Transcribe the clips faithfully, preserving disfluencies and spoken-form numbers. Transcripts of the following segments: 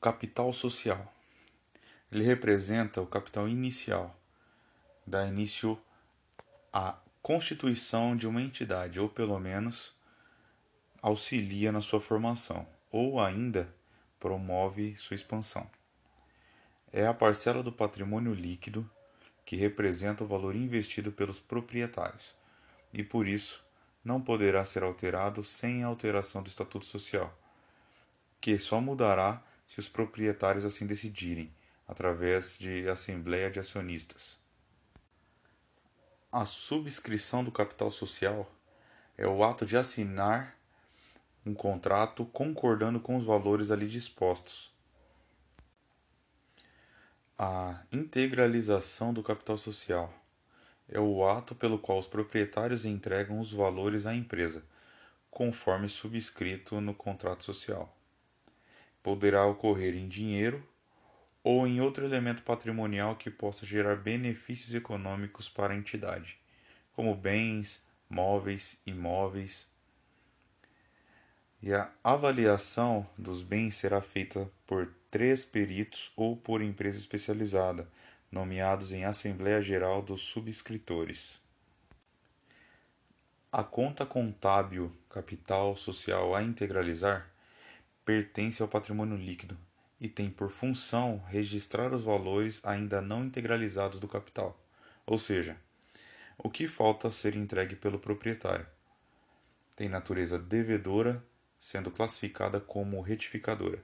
capital social. Ele representa o capital inicial, dá início à constituição de uma entidade, ou pelo menos auxilia na sua formação, ou ainda promove sua expansão. É a parcela do patrimônio líquido que representa o valor investido pelos proprietários, e por isso não poderá ser alterado sem a alteração do Estatuto Social, que só mudará se os proprietários assim decidirem, através de assembleia de acionistas. A subscrição do capital social é o ato de assinar um contrato concordando com os valores ali dispostos. A integralização do capital social é o ato pelo qual os proprietários entregam os valores à empresa, conforme subscrito no contrato social. Poderá ocorrer em dinheiro ou em outro elemento patrimonial que possa gerar benefícios econômicos para a entidade, como bens, móveis, imóveis. E a avaliação dos bens será feita por três peritos ou por empresa especializada, nomeados em Assembleia Geral dos Subscritores. A conta contábil capital social a integralizar pertence ao patrimônio líquido e tem por função registrar os valores ainda não integralizados do capital, ou seja, o que falta ser entregue pelo proprietário. Tem natureza devedora, sendo classificada como retificadora.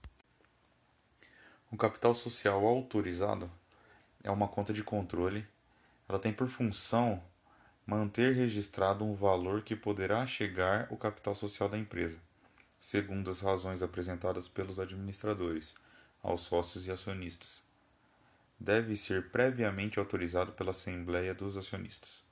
O capital social autorizado é uma conta de controle. Ela tem por função manter registrado um valor que poderá chegar ao capital social da empresa, segundo as razões apresentadas pelos administradores, aos sócios e acionistas. Deve ser previamente autorizado pela Assembleia dos Acionistas.